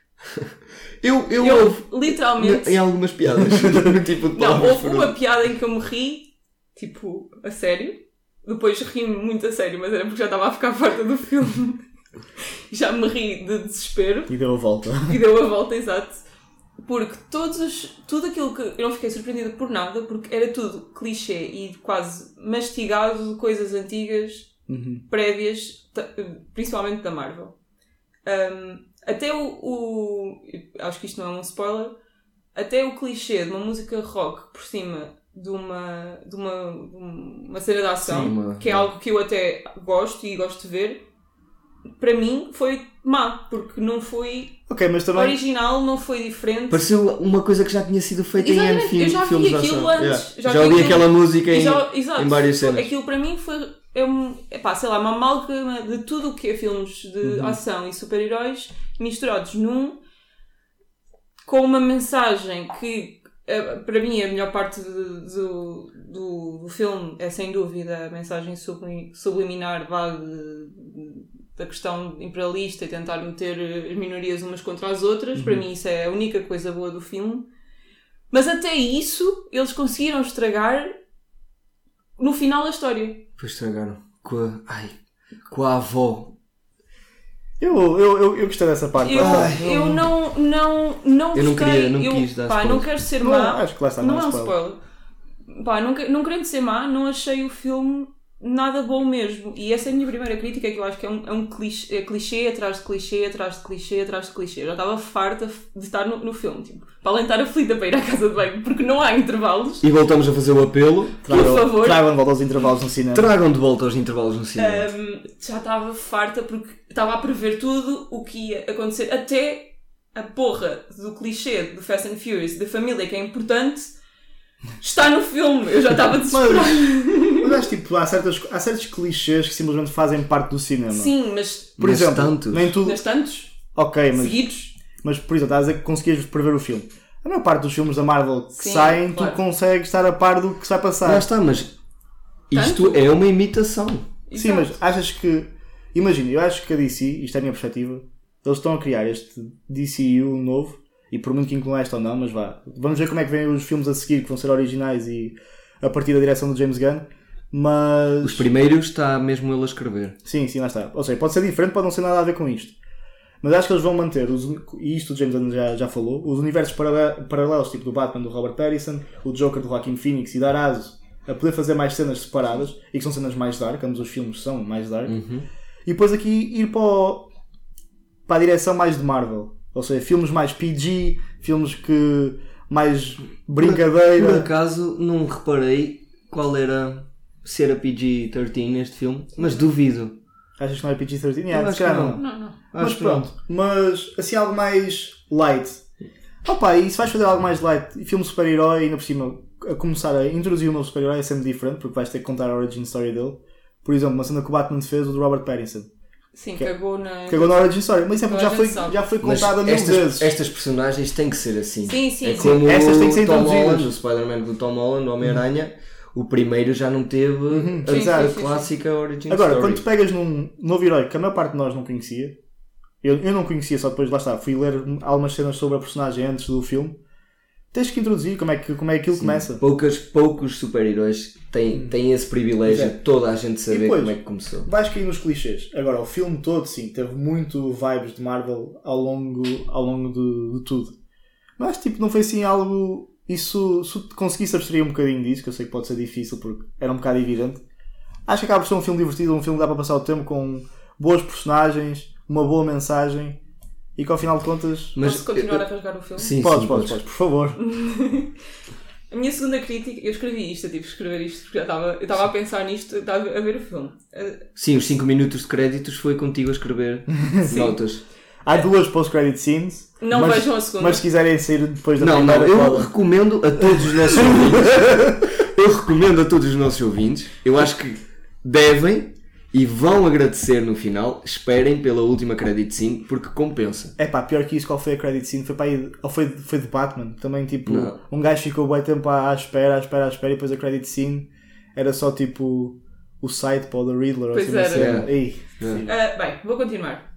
Eu, eu, Eu, ouvi literalmente... em algumas piadas. no tipo de Não, palavras houve uma foram- piada em que eu me ri, tipo, a sério. Depois ri-me muito a sério, mas era porque já estava a ficar farta do filme. Já me ri de desespero. E deu a volta. E deu a volta, exato. Porque todos os, tudo aquilo que... Eu não fiquei surpreendida por nada, porque era tudo clichê e quase mastigado de coisas antigas, Uhum. prévias, ta- principalmente da Marvel. Um, até o, o... Acho que isto não é um spoiler. Até o clichê de uma música rock por cima de uma, de uma, de uma cena de ação, Sim, uma- que é algo que eu até gosto e gosto de ver, para mim foi má, porque não foi Ok, mas também. original, não foi diferente. Pareceu uma coisa que já tinha sido feita em Exatamente, N filmes, eu já vi filmes de aquilo ação. antes, Yeah. já Já, vi ouvi aquilo- aquela música em, Já- exato. em várias cenas. Aquilo para mim foi é um, epá, sei lá, uma amálgama de tudo o que é filmes de Uhum. ação e super-heróis misturados num, com uma mensagem que eh, para mim a melhor parte de- do, do, do filme é sem dúvida a mensagem subli- subliminar vá, de- da questão imperialista e tentar meter as minorias umas contra as outras. Para mim isso é a única coisa boa do filme. Mas até isso eles conseguiram estragar no final da história. Depois estragaram. Com a, ai, com a avó. Eu, eu, eu, eu gostei dessa parte. Eu, lá está. eu não, não, não Eu não gostei. queria- não eu, quis dar pá, spoiler. não quero ser Não, má. acho que lá está, não não é é um spoiler. spoiler. Pá, não, que- não querendo ser má, não achei o filme nada bom mesmo. E essa é a minha primeira crítica, que eu acho que é um, é um clichê, é clichê atrás de clichê, atrás de clichê, atrás de clichê. Eu já estava farta de estar no, no filme. Tipo, para além de estar aflita para ir à casa de banho, porque não há intervalos. E voltamos a fazer o apelo. Tragam- por favor. Tragam de volta aos intervalos no cinema. Tragam de volta aos intervalos no cinema. Um, já estava farta porque estava a prever tudo o que ia acontecer, até a porra do clichê do Fast and Furious da família que é importante está no filme. Eu já estava desesperada. Mas acho tipo, há, certas, há certos clichês que simplesmente fazem parte do cinema. Sim, mas Por Mas exemplo, tantos. nem tudo. nas tantos Ok, mas, seguidos. mas por exemplo, estás a dizer que conseguias prever o filme. A maior parte dos filmes da Marvel que Sim, saem, claro. tu consegues estar a par do que se vai passar. Já está, mas isto Tanto? é uma imitação. Sim, mas achas que. Imagina, eu acho que a D C, isto é a minha perspectiva, eles estão a criar este D C U novo, e por muito que incluam esta ou não, mas vá. Vamos ver como é que vêm os filmes a seguir, que vão ser originais e a partir da direção do James Gunn. Mas. Os primeiros está mesmo ele a escrever. Sim, sim, lá está. Ou seja, pode ser diferente, pode não ser nada a ver com isto. Mas acho que eles vão manter, os, e isto o James Gunn já, já falou, os universos parale- paralelos, tipo do Batman do Robert Pattinson, o Joker do Joaquin Phoenix, e dar aso a poder fazer mais cenas separadas, e que são cenas mais dark, ambos os filmes são mais dark. Uhum. E depois aqui ir para, o- para a direção mais de Marvel. Ou seja, filmes mais P G, filmes que mais Por brincadeira. acaso não reparei qual era se era P G treze neste filme, mas duvido. Achas que não é P G treze? Eu Yeah, acho se calhar que não. não. Não, não. Mas Acho que pronto, mas assim algo mais light. Opa, e se vais fazer algo mais light e filme de super-herói, ainda por cima, a começar a introduzir um novo super-herói é sempre diferente, porque vais ter que contar a origin story dele. Por exemplo, uma cena que o Batman fez, o do Robert Pattinson. Sim, Que- cagou na. Cagou na origin story, mas isso é porque Toda já a foi, gente sabe. já foi Mas contada mil estas, vezes. estas personagens têm que ser assim. Sim, sim, é sim. como Estas têm que ser o Tom introduzidas. Holland, o Spider-Man do Tom Holland, o Homem-Aranha, o primeiro já não teve a, Sim, a sim, sim, clássica origin Agora, story. quando tu pegas num novo herói que a maior parte de nós não conhecia, eu, eu não conhecia, só depois lá está, fui ler algumas cenas sobre a personagem antes do filme, tens que introduzir como é que, como é que aquilo Sim, começa. Poucas, poucos super-heróis têm, têm esse privilégio É. de toda a gente E saber depois, como é que começou. vais cair nos clichês. Agora, o filme todo, sim, teve muito vibes de Marvel ao longo, ao longo de, de tudo. Mas, tipo, não foi assim algo isso, se tu conseguisse abstrair um bocadinho disso, que eu sei que pode ser difícil porque era um bocado evidente, acho que acaba por ser um filme divertido, um filme que dá para passar o tempo com boas personagens, uma boa mensagem e que ao final de contas... Mas posso continuar eu, a rasgar o filme? Sim, podes, sim, podes, podes, por favor. A minha segunda crítica, eu escrevi isto, eu tive que escrever isto porque eu estava, eu estava a pensar nisto, eu estava a ver o filme. Sim, os cinco minutos de créditos foi contigo a escrever notas. Há duas post-credit scenes. Não mas, vejam a segunda. Mas se quiserem sair depois da não, primeira... Não, eu podem. recomendo a todos os nossos ouvintes. Eu recomendo a todos os nossos ouvintes. Eu acho que devem e vão agradecer no final. Esperem pela última credit scene porque compensa. É pá, pior que isso, qual foi a credit scene? Foi, para aí, ou foi, foi de Batman. Também tipo, Não. um gajo ficou bem tempo à, à espera, à espera, à espera e depois a credit scene era só tipo o site para o The Riddler. Pois ou assim, era. Ei, Uh, bem, vou continuar.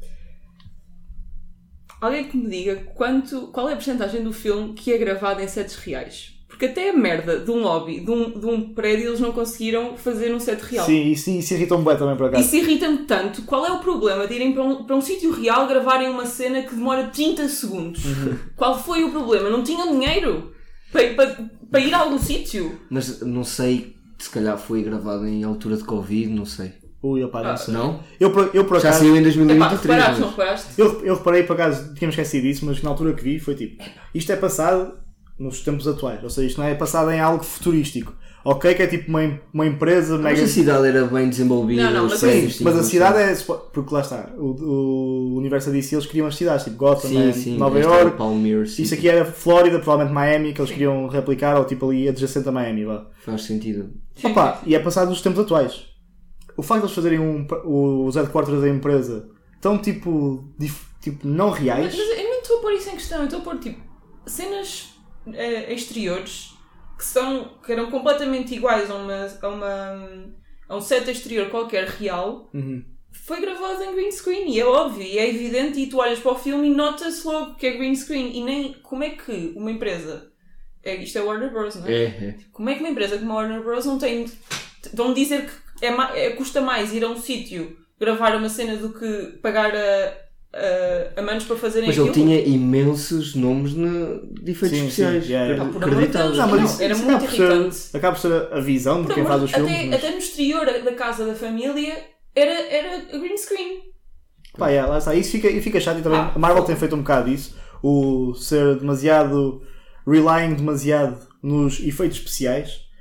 Alguém que me diga quanto, qual é a porcentagem do filme que é gravado em sets reais. Porque até a merda de um lobby, de um, de um prédio, eles não conseguiram fazer num set real. Sim, isso, isso irritou-me bem também por acaso. Isso irrita-me tanto. Qual é o problema de irem para um, para um sítio real gravarem uma cena que demora trinta segundos? Uhum. Qual foi o problema? Não tinham dinheiro para, para, para ir a algum sítio? Mas não sei, se calhar foi gravado em altura de Covid, não sei. Ui, opa, não Ah, sei. Não? Eu, por- eu por Já acaso... saiu em dois mil e vinte e três. Epá, reparaste, mas- não reparaste? Eu, eu reparei, por acaso, tínhamos esquecido disso, mas na altura que vi foi tipo, isto é passado nos tempos atuais, ou seja, isto não é passado em algo futurístico. Ok, que é tipo uma, em- uma empresa Mas mega... a cidade era bem desenvolvida. Não, não, os mas prédios Sim, mas tinham- a cidade é... Porque lá está, o, o universo D C, eles criam as cidades, tipo Gotham, Sim, né, sim. Nova este era York. Palmyra City. Isso aqui era Flórida, provavelmente Miami, que eles queriam replicar, ou tipo ali adjacente a Miami, vá. Faz sentido. Opa, e é passado nos tempos atuais. O facto de eles fazerem um, os headquarters da empresa tão tipo, dif, tipo não reais... Mas, mas eu nem estou a pôr isso em questão, eu estou a pôr tipo cenas eh, exteriores que, são, que eram completamente iguais a, uma, a, uma, a um set exterior qualquer real. Uhum. Foi gravado em green screen e é óbvio, e é evidente, e tu olhas para o filme e notas logo que é green screen. E nem como é que uma empresa, é, isto é Warner Bros, não é? É, é. Como é que uma empresa como a Warner Bros não tem, vão dizer que é, ma- é, custa mais ir a um sítio gravar uma cena do que pagar a, a, a manos para fazerem Mas aquilo? ele tinha imensos nomes na- de efeitos Sim, especiais. sim, yeah, yeah. Pá, por amor de Acreditáveis. Deus, Não, mas Não, isso, era isso muito acaba, por ser, irritante. acaba por ser a visão de Por quem amor- faz os filmes. até, mas... até no exterior da casa da família era, era green screen. Pá, yeah, lá está. Isso fica, e fica chato e também Ah, a Marvel fogo. tem feito um bocado disso. O ser demasiado... relying demasiado nos efeitos especiais.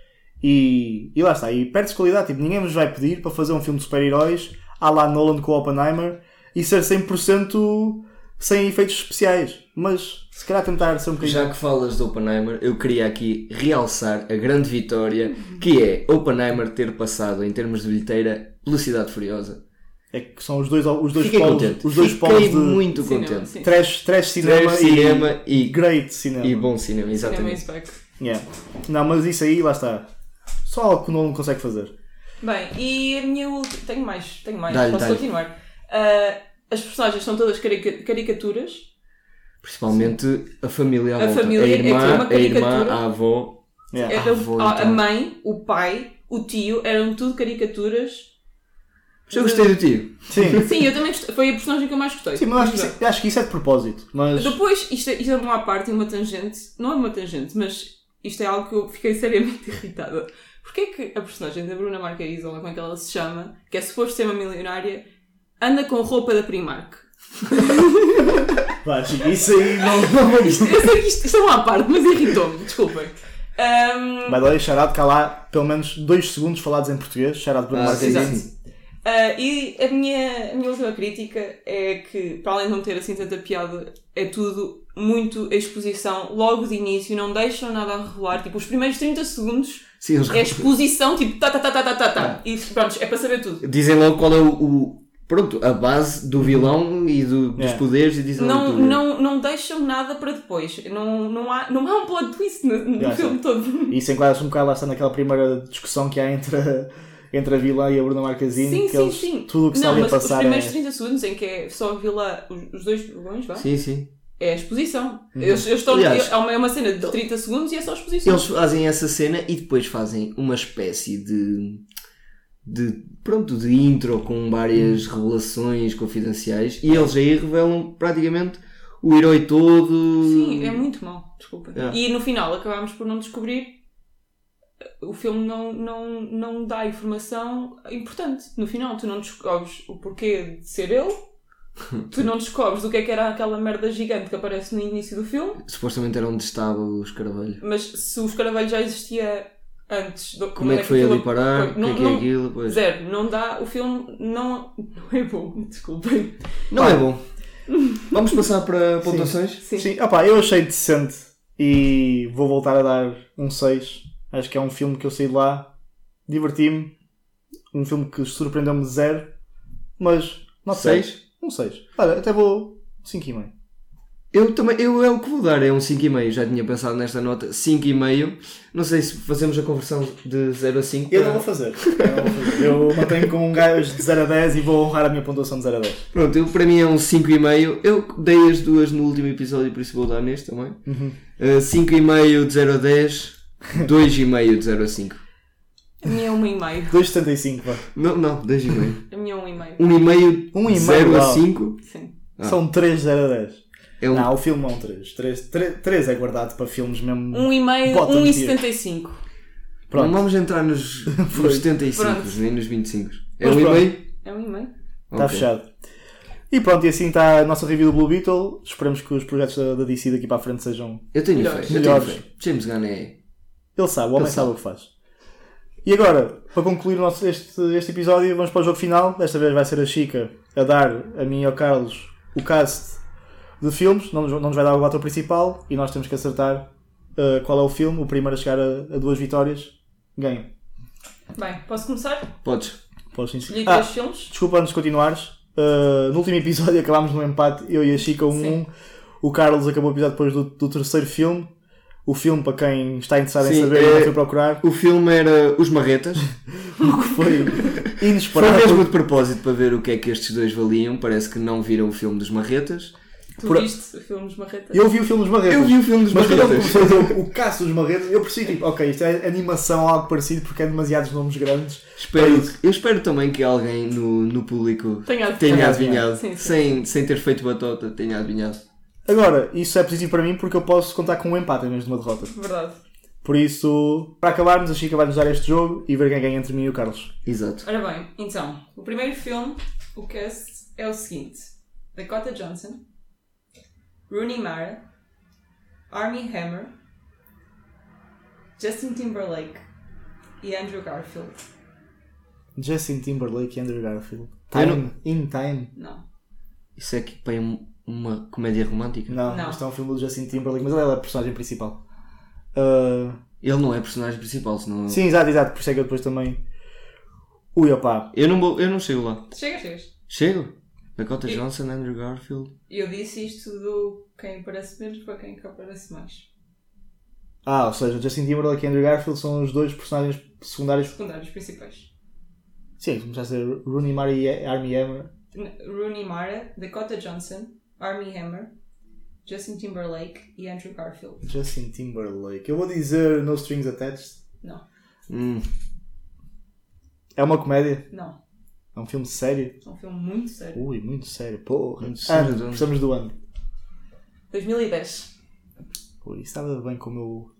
E, e lá está. E perde-se qualidade. Tipo, ninguém nos vai pedir para fazer um filme de super-heróis à la Nolan com o Oppenheimer e ser cem por cento sem efeitos especiais. Mas se calhar tentar ser um bocadinho... Já que falas de Oppenheimer, eu queria aqui realçar a grande vitória que é Oppenheimer ter passado, em termos de bilheteira, Velocidade Furiosa. É que são os dois, os dois Fiquei polos, contente. os dois Fiquei polos de muito Cinema, contente. sim. trash, trash cinema, Trash cinema e, e- great cinema. E bom cinema, Cinema exatamente. is back. Yeah. Não, mas isso aí, lá está. Só algo que o Nolan consegue fazer. Bem, e a minha última... Tenho mais, tenho mais. Dá-lhe, Posso dá-lhe. continuar? Ah, as personagens são todas carica- caricaturas. Principalmente a família à A volta. família a é irmã, uma a irmã, caricatura. a avó. Yeah. Era, avó, a, a então. mãe, o pai, o tio, eram tudo caricaturas. Mas eu gostei do tio. Sim. Sim, eu também gostei. Foi a personagem que eu mais gostei. Sim, mas acho que, isso, acho que isso é de propósito. Mas Depois, isto é, isto é uma parte e uma tangente. Não é uma tangente, mas isto é algo que eu fiquei seriamente irritada. Porquê é que a personagem da Bruna Marquez, ou como é que ela se chama, que é suposto ser uma milionária, anda com roupa da Primark? Pá, Chico, isso aí não, não vou dizer. Eu sei que isto, isto é uma parte, mas irritou-me, desculpem. Um, By the way, shout out, que há lá pelo menos dois segundos falados em português. Shout out Bruno Ah, Marquez. sim, exato. sim. Uh, e a minha, a minha última crítica é que, para além de não ter assim tanta piada, é tudo muito exposição logo de início, não deixam nada a revelar. Tipo, os primeiros trinta segundos Sim, eles é exposição, tipo, tá, tá, tá, tá, tá, tá, tá. E pronto, é para saber tudo. dizem logo qual é o, o- pronto, a base do vilão e do- dos Yeah. poderes e dizem logo Não, tudo. não, não deixam nada para depois. Não, não, há, não há um plot twist no, no Yeah, filme sim. todo. E isso enquadra-se um bocado lá está naquela primeira discussão que há entre a, entre a vilã e a Bruna Marquezine. Sim, que sim, eles, sim. Tudo o que se Não, está ali a mas os passar primeiros é... trinta segundos em que é só a vilã, os, os dois vilões, vá, Sim, sim. é a exposição. Eles, eles estão, Aliás, é, uma, é uma cena de trinta segundos e é só a exposição. Eles fazem essa cena e depois fazem uma espécie de, de pronto, de intro com várias revelações confidenciais e eles aí revelam praticamente o herói todo. Sim, é muito mau. desculpa. Yeah. E no final acabámos por não descobrir. O filme não, não, não dá informação importante. No final, tu não descobres o porquê de ser ele, tu não descobres o que é que era aquela merda gigante que aparece no início do filme. Supostamente era onde estava o escaravelho. Mas se o escaravelho já existia antes, do, Como é que foi ali parar? O que não, é que é não, aquilo? Pois. Zero, não dá. O filme não, não é bom, desculpem. Não Pá. é bom. Vamos passar para pontuações? Sim. Sim, opá, eu achei decente e vou voltar a dar um seis. Acho que é um filme que eu saí de lá, diverti-me, um filme que surpreendeu-me de zero, mas não sei. seis? Um seis. Olha, até vou cinco e meio. Eu também, eu é o que vou dar, é um cinco e meio. Já tinha pensado nesta nota, cinco e meio. Não sei se fazemos a conversão de zero a cinco. Eu para- não vou fazer. Eu, não vou fazer. Eu mantenho com um gajo de zero a dez e vou honrar a minha pontuação de zero a dez. Pronto, eu, para mim é um cinco e meio. Eu dei as duas no último episódio, por isso vou dar neste também. Uhum. Uh, cinco e meio de zero a dez, dois e meio de zero a cinco. A minha é um e meio. dois vírgula setenta e cinco, vá. Não, não, dois e meio. A minha é um e meio. um e meio Um e de meio, zero a uau. cinco. Sim. Ah. São três de zero a dez. É um... Não, o filme é um três. três é guardado para filmes mesmo. Um e meio, Bottom um e tier. setenta e cinco. Não Pronto. vamos entrar nos, nos setenta e cinco, Pronto. nem nos vinte e cinco. É Mas um e pronto. meio? É um e meio. Está Ok. fechado. E pronto, e assim está a nossa review do Blue Beetle. Esperamos que os projetos da, da D C daqui para a frente sejam. Eu tenho Melhores. fé. Eu tenho Melhores. fé. James Gunn é... Ele sabe, o homem Ele sabe sabe. o que faz. E agora, para concluir o nosso, este, este episódio, vamos para o jogo final. Desta vez vai ser a Chica a dar a mim e ao Carlos o cast de filmes. Não nos, não nos vai dar o ator principal e nós temos que acertar uh, qual é o filme. O primeiro a chegar a, a duas vitórias ganha. Bem, posso começar? Podes. Podes sim. Escolhi Ah, três filmes. desculpa antes de continuares. Uh, no último episódio acabámos no empate, eu e a Chica um Sim. um. O Carlos acabou o episódio depois do, do terceiro filme. O filme, para quem está interessado em Sim, saber, é- não foi procurar. O filme era Os Marretas. O que foi Foi inesperado. mesmo de propósito para ver o que é que estes dois valiam. Parece que não viram o filme dos Marretas. Tu Por- viste o filme dos Marretas? Eu vi o filme dos Marretas. Eu vi o filme dos Mas quando ele Marretas. começou a dizer o caço dos Marretas, eu percebi tipo, ok, isto é animação ou algo parecido porque é demasiados nomes grandes. Espero, eu espero também que alguém no, no público Tenha adivinhado. tenha adivinhado. Sim, sim. Sem, sem ter feito batota, tenha adivinhado. Agora, isso é positivo para mim porque eu posso contar com um empate em vez de uma derrota. Verdade. Por isso, para acabarmos, a Chica vai nos dar este jogo e ver quem ganha entre mim e o Carlos. Exato. Ora bem, então, o primeiro filme, o cast, é o seguinte: Dakota Johnson, Rooney Mara, Armie Hammer, Justin Timberlake e Andrew Garfield. Justin Timberlake e Andrew Garfield. Eu não- Time? In Time? Não. Isso é que para um- uma comédia romântica? Não, Não. isto é um filme do Justin Timberlake, mas ele é a personagem principal. Uh, Ele não é personagem principal, senão... sim, exato, exato. Por isso é que eu depois também... Ui, opá. Eu não, vou, eu não chego lá. Chega, chegas. Chego? Dakota E- Johnson, Andrew Garfield... Eu disse isto do quem aparece menos para quem que aparece mais. Ah, ou seja, Justin Timberlake e Andrew Garfield são os dois personagens secundários. Secundários principais. Sim, começaste a ser Rooney Mara e Armie Hammer. N- Rooney Mara, Dakota Johnson, Armie Hammer, Justin Timberlake e Andrew Garfield. Justin Timberlake. Eu vou dizer No Strings Attached. Não. Hum, É uma comédia? Não. É um filme sério? É um filme muito sério. Ui, muito sério. Porra. Muito sério, Ano, Dom. precisamos do ano. dois mil e dez. Ui, isso estava bem como eu...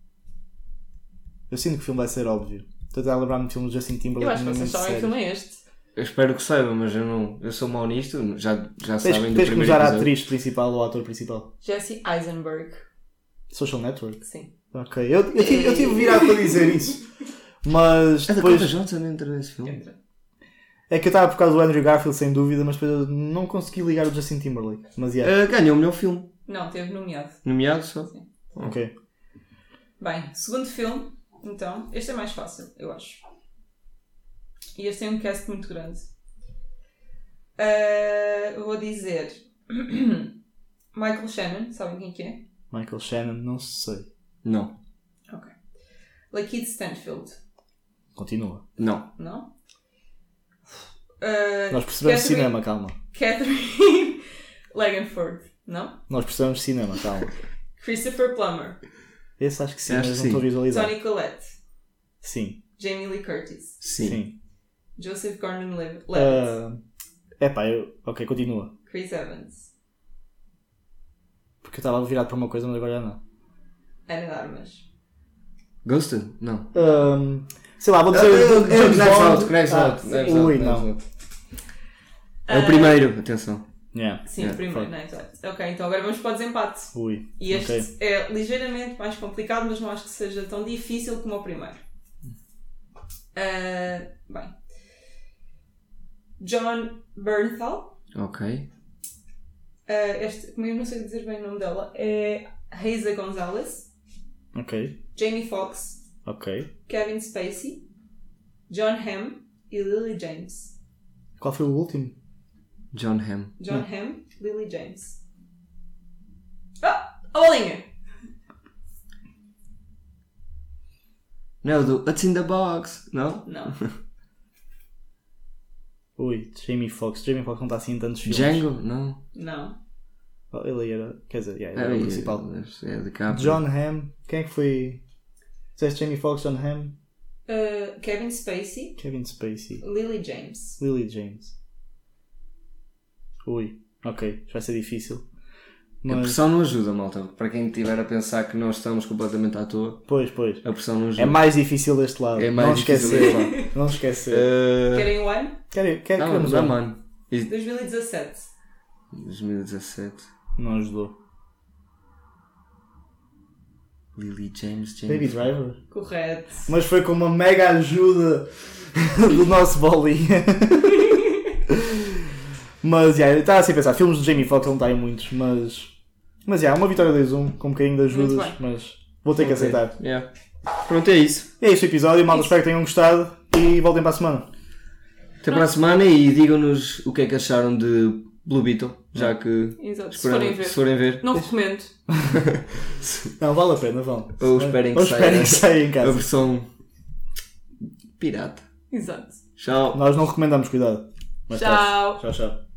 Eu sinto que o filme vai ser óbvio. Estou a tentar lembrar-me de filme de Justin Eu Timberlake. acho que vocês muito sabem que sério. filme é este. eu espero que saiba, mas eu não... Eu sou mau nisto, já, já Tens, sabem do tens que primeiro usar a episódio. atriz principal ou o ator principal. Jesse Eisenberg. Social Network? Sim. Ok. Eu, eu, tive, eu tive virado para dizer isso. Mas A depois... Dakota Johnson entra nesse filme. Entra. É que eu estava por causa do Andrew Garfield, sem dúvida, mas depois eu não consegui ligar o Justin Timberlake. Mas, yeah. Ah, ganhou o melhor filme. Não, teve nomeado. Nomeado só. Sim. Ok. Bem, segundo filme, então, este é mais fácil, eu acho. E este tem um cast muito grande. Ah, eu vou dizer Michael Shannon, sabem quem que é? Michael Shannon, não sei. Não. Ok. Lakeith Stanfield, Continua. Não. não? Ah, Nós percebemos Catherine- cinema, calma. Catherine Langenford, não? Nós percebemos cinema, calma. Christopher Plummer, Esse acho que sim, Acho mas que não estou a sim. visualizar. Toni Collette, Sim, Jamie Lee Curtis, Sim. sim. Joseph Gordon-Levitt, É epá, eu... Ok, continua. Chris Evans. Porque eu estava virado para uma coisa, mas agora já não. Ana de Armas. Ghosted? Não. Um, sei lá, vou dizer. É o James Knives Bond. Out, Knives Ah, Out, Knives ui, Out, não. Knives Out. É o primeiro, atenção. Yeah. Sim, Yeah, o primeiro, não é? Exato. Ok, então agora vamos para o desempate. Ui. E este ok. é ligeiramente mais complicado, mas não acho que seja tão difícil como o primeiro. Uh, bem. John Bernthal. Ok. Uh, este, como eu não sei dizer bem o nome dela, é Reiza Gonzalez. Ok. Jamie Foxx. Ok. Kevin Spacey. John Hamm e Lily James. Qual foi o último? John Hamm. John Hamm, Lily James. Ah! A bolinha! Não é o do What's in the Box? Não? Não. Ui, Jamie Foxx. Jamie Foxx não está assim em tantos filmes. Django? Não. Não. Oh, ele era. Quer dizer, yeah, ele É, era o é, principal. é de capa. John Hamm. Quem é que foi? Disseste Jamie Foxx, John Hamm? Uh, Kevin Spacey, Kevin Spacey. Lily James. Lily James. Ui, ok. Isto vai ser difícil. A Mas... pressão não ajuda, malta. Para quem estiver a pensar que nós estamos completamente à toa, Pois, pois. a pressão não ajuda. É mais difícil deste lado. É mais não difícil esquecer. deste lado. Não esquecer. Uh... Querem o ano? Quer, quer, Não, queremos dá, um? mano. E- dois mil e dezassete. dois mil e dezassete. Não ajudou. Lily James, James. Baby Driver. Correto. Mas foi com uma mega ajuda do nosso bolinha. Mas, já, yeah, estava assim a pensar, filmes do Jamie Foxx não têm muitos, mas... Mas, já, yeah, uma vitória dois um, com um bocadinho de ajudas, Muito bem. mas vou ter que Ok. aceitar. Yeah. Pronto, é isso. E é este o episódio, malta, Isso. espero que tenham gostado e voltem para a semana. Até para a semana e digam-nos o que é que acharam de Blue Beetle, já que Exato. Se esperam- forem ver. se forem ver. Não recomendo. Não, vale a pena, vão. Ou esperem que Ou saia esperem que saia em a casa. versão pirata. Exato. Tchau. Nós não recomendamos, cuidado. Mas Tchau. tá. Tchau, tchau.